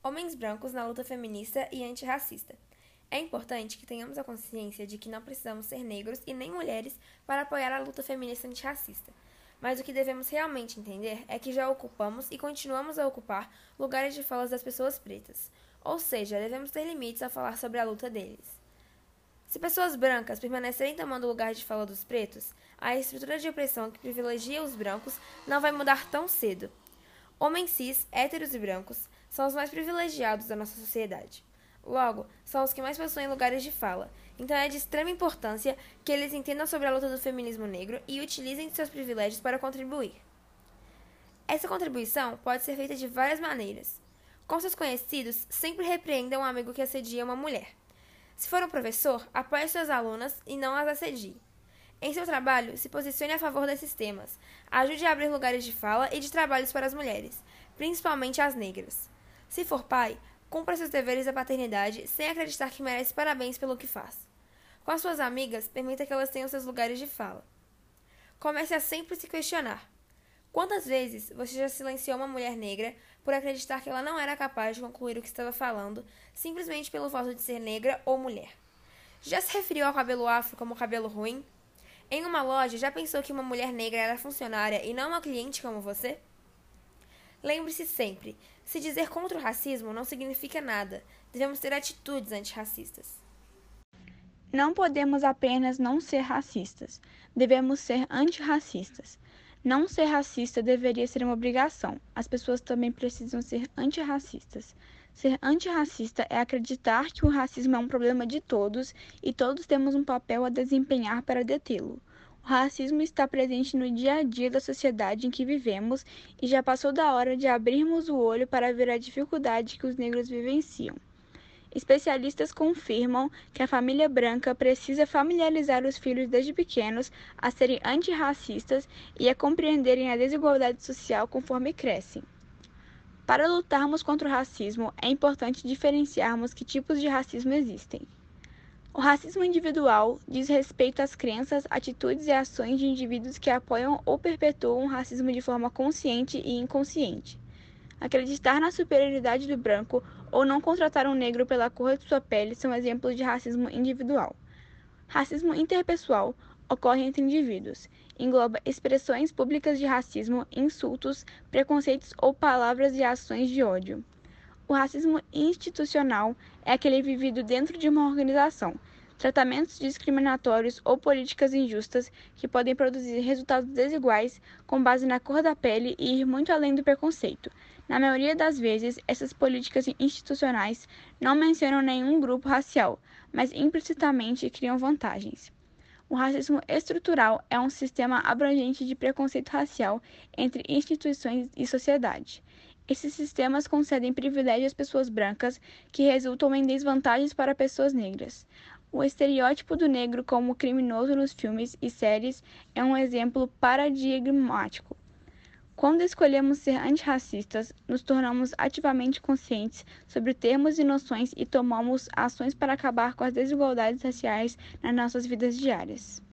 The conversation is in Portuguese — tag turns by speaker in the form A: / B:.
A: Homens brancos na luta feminista e antirracista. É importante que tenhamos a consciência de que não precisamos ser negros e nem mulheres para apoiar a luta feminista antirracista. Mas o que devemos realmente entender é que já ocupamos e continuamos a ocupar lugares de fala das pessoas pretas. Ou seja, devemos ter limites ao falar sobre a luta deles. Se pessoas brancas permanecerem tomando o lugar de fala dos pretos, a estrutura de opressão que privilegia os brancos não vai mudar tão cedo. Homens cis, héteros e brancos são os mais privilegiados da nossa sociedade. Logo, são os que mais possuem lugares de fala, então é de extrema importância que eles entendam sobre a luta do feminismo negro e utilizem seus privilégios para contribuir. Essa contribuição pode ser feita de várias maneiras. Com seus conhecidos, sempre repreenda um amigo que assedia uma mulher. Se for um professor, apoie suas alunas e não as assedie. Em seu trabalho, se posicione a favor desses temas. Ajude a abrir lugares de fala e de trabalhos para as mulheres, principalmente as negras. Se for pai, cumpra seus deveres da paternidade sem acreditar que merece parabéns pelo que faz. Com as suas amigas, permita que elas tenham seus lugares de fala. Comece a sempre se questionar. Quantas vezes você já silenciou uma mulher negra por acreditar que ela não era capaz de concluir o que estava falando, simplesmente pelo fato de ser negra ou mulher? Já se referiu ao cabelo afro como cabelo ruim? Em uma loja, já pensou que uma mulher negra era funcionária e não uma cliente como você? Lembre-se sempre, se dizer contra o racismo não significa nada. Devemos ter atitudes antirracistas.
B: Não podemos apenas não ser racistas, devemos ser antirracistas. Não ser racista deveria ser uma obrigação. As pessoas também precisam ser antirracistas. Ser antirracista é acreditar que o racismo é um problema de todos e todos temos um papel a desempenhar para detê-lo. O racismo está presente no dia a dia da sociedade em que vivemos e já passou da hora de abrirmos o olho para ver a dificuldade que os negros vivenciam. Especialistas confirmam que a família branca precisa familiarizar os filhos desde pequenos a serem antirracistas e a compreenderem a desigualdade social conforme crescem. Para lutarmos contra o racismo, é importante diferenciarmos que tipos de racismo existem. O racismo individual diz respeito às crenças, atitudes e ações de indivíduos que apoiam ou perpetuam o racismo de forma consciente e inconsciente. Acreditar na superioridade do branco ou não contratar um negro pela cor de sua pele são exemplos de racismo individual. Racismo interpessoal ocorre entre indivíduos. Engloba expressões públicas de racismo, insultos, preconceitos ou palavras e ações de ódio. O racismo institucional é aquele vivido dentro de uma organização. Tratamentos discriminatórios ou políticas injustas que podem produzir resultados desiguais com base na cor da pele e ir muito além do preconceito. Na maioria das vezes, essas políticas institucionais não mencionam nenhum grupo racial, mas implicitamente criam vantagens. O racismo estrutural é um sistema abrangente de preconceito racial entre instituições e sociedade. Esses sistemas concedem privilégios às pessoas brancas que resultam em desvantagens para pessoas negras. O estereótipo do negro como criminoso nos filmes e séries é um exemplo paradigmático. Quando escolhemos ser antirracistas, nos tornamos ativamente conscientes sobre termos e noções e tomamos ações para acabar com as desigualdades raciais nas nossas vidas diárias.